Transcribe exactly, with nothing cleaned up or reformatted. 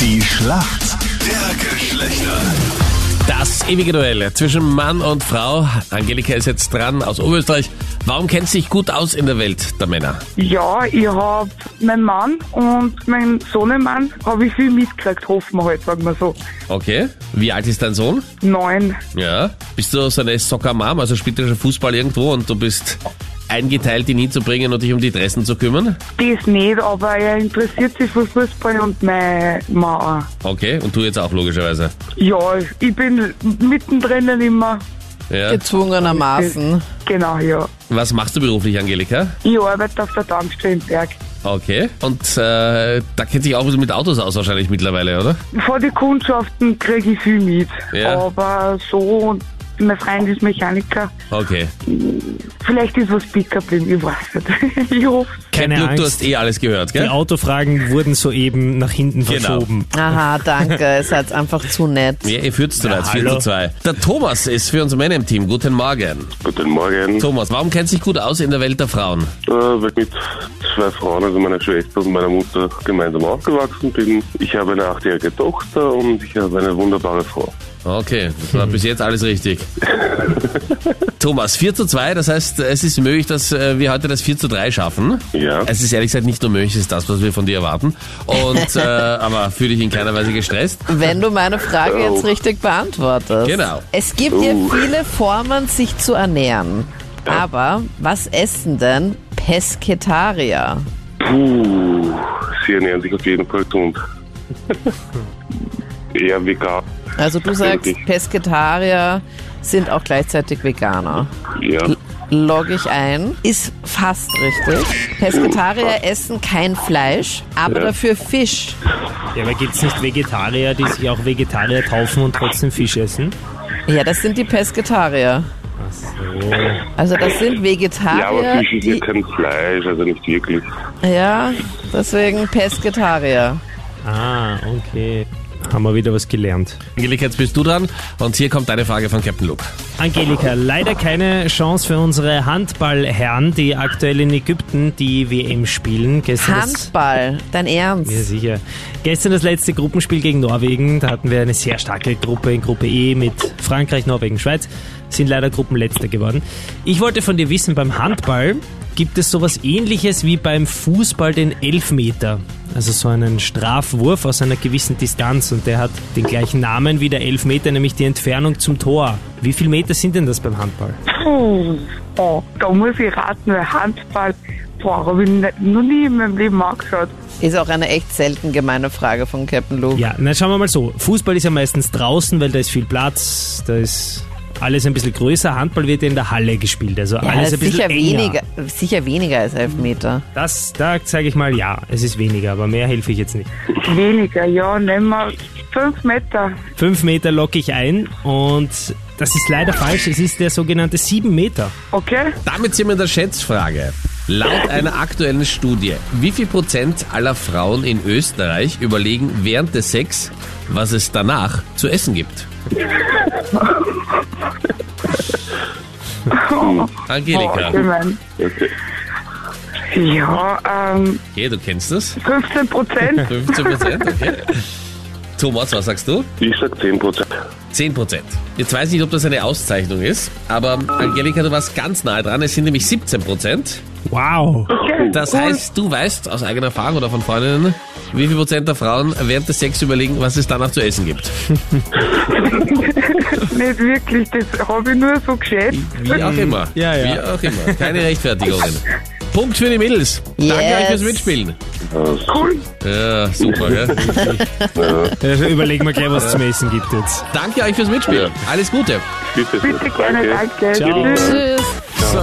Die Schlacht der Geschlechter. Das ewige Duell zwischen Mann und Frau. Angelika ist jetzt dran aus Oberösterreich. Warum kennt sie sich gut aus in der Welt der Männer? Ja, ich habe meinen Mann und meinen Sohnemann habe ich viel mitgekriegt, hoffen wir halt, sagen wir so. Okay. Wie alt ist dein Sohn? Neun. Ja. Bist du so eine Soccer-Mom, also spielt er schon Fußball irgendwo und du bist eingeteilt, ihn hinzubringen und dich um die Dressen zu kümmern? Das nicht, aber er interessiert sich für Fußball und meine Mama. Okay. Und du jetzt auch logischerweise? Ja, ich bin mittendrin immer. Ja. Gezwungenermaßen. Genau, ja. Was machst du beruflich, Angelika? Ich arbeite auf der Tankstelle im Berg. Okay. Und äh, da kennt sich auch ein bisschen mit Autos aus wahrscheinlich mittlerweile, oder? Von den Kundschaften kriege ich viel mit. Ja. Aber so, mein Freund ist Mechaniker. Okay. Vielleicht ist was picker geblieben, ich weiß nicht. Ich hoffe. Keine Glück, du Angst. hast eh alles gehört, Die gell? Autofragen wurden soeben nach hinten Genau. verschoben. Aha, danke, ihr seid einfach zu nett. Ja, ihr führt zu Ja, weit, vier hallo. zu zwei. Der Thomas ist für uns Männer im Team. Guten Morgen. Guten Morgen. Thomas, warum kennt sich gut aus in der Welt der Frauen? Äh, weil ich mit zwei Frauen, also meiner Schwester und meiner Mutter, gemeinsam aufgewachsen bin. Ich habe eine achtjährige Tochter und ich habe eine wunderbare Frau. Okay, das war bis jetzt alles richtig. Thomas, vier zu zwei, das heißt, es ist möglich, dass äh, wir heute das vier zu drei schaffen. Ja. Es ist ehrlich gesagt nicht nur möglich, es ist das, was wir von dir erwarten. Und, äh, aber fühle dich in keiner Weise gestresst. Wenn du meine Frage Oh. jetzt richtig beantwortest. Genau. Es gibt ja Uh. viele Formen, sich zu ernähren. Aber was essen denn Pesketarier? Puh, sie ernähren sich auf jeden Fall gesund. Eher vegan. Also du sagst, Richtig. Pesketarier sind auch gleichzeitig Veganer. Ja. Logge ich ein. Ist fast richtig. Pesketarier essen kein Fleisch, aber Ja. dafür Fisch. Ja, aber gibt es nicht Vegetarier, die sich auch Vegetarier taufen und trotzdem Fisch essen? Ja, das sind die Pesketarier. Ach so. Also das sind Ja, aber Vegetarier, Fisch ist ja die... kein Fleisch, also nicht wirklich. Ja, deswegen Pesketarier. Ah, okay. Haben wir wieder was gelernt. Angelika, jetzt bist du dran und hier kommt deine Frage von Captain Luke. Angelika, leider keine Chance für unsere Handballherren, die aktuell in Ägypten die W M spielen. Gestern das- Handball, dein Ernst? Ja, sicher. Gestern das letzte Gruppenspiel gegen Norwegen. Da hatten wir eine sehr starke Gruppe in Gruppe E mit Frankreich, Norwegen, Schweiz. Sind leider Gruppenletzter geworden. Ich wollte von dir wissen, beim Handball gibt es sowas Ähnliches wie beim Fußball den Elfmeter. Also so einen Strafwurf aus einer gewissen Distanz. Und der hat den gleichen Namen wie der Elfmeter, nämlich die Entfernung zum Tor. Wie viele Meter sind denn das beim Handball? Puh, oh, da muss ich raten, weil Handball, boah, habe ich nicht, noch nie in meinem Leben angeschaut. Ist auch eine echt selten gemeine Frage von Captain Luke. Ja, na schauen wir mal so. Fußball ist ja meistens draußen, weil da ist viel Platz, da ist alles ein bisschen größer. Handball wird ja in der Halle gespielt, also Ja, alles das ein ist bisschen sicher enger. weniger, sicher weniger als Elfmeter. Das, da sage ich mal ja, es ist weniger, aber mehr helfe ich jetzt nicht. Weniger, ja, nehmen wir fünf Meter. Fünf Meter locke ich ein und das ist leider falsch, es ist der sogenannte sieben Meter. Okay? Damit sind wir in der Schätzfrage. Laut einer aktuellen Studie, wie viel Prozent aller Frauen in Österreich überlegen während des Sex, was es danach zu essen gibt? Oh, Angelika. ich mein, Okay. ja, ähm, Okay, du kennst das. fünfzehn Prozent. fünfzehn Prozent, okay. Thomas, was sagst du? Ich sag zehn Prozent. zehn Prozent. Jetzt weiß ich nicht, ob das eine Auszeichnung ist, aber Angelika, du warst ganz nahe dran. Es sind nämlich siebzehn Prozent. Wow. Okay, Das cool. heißt, du weißt aus eigener Erfahrung oder von Freundinnen, wie viel Prozent der Frauen während des Sex überlegen, was es danach zu essen gibt. Nicht wirklich, das habe ich nur so geschätzt. Wie auch immer. Ja, ja. Wie auch immer. Keine Rechtfertigungen. Punkt für die Mädels. Danke Yes. euch fürs Mitspielen. Cool. Ja, super, gell? Also überlegen wir gleich, was es zum Essen gibt jetzt. Danke euch fürs Mitspielen. Alles Gute. Bitte, Bitte gerne, danke. Ciao. Tschüss. Tschüss.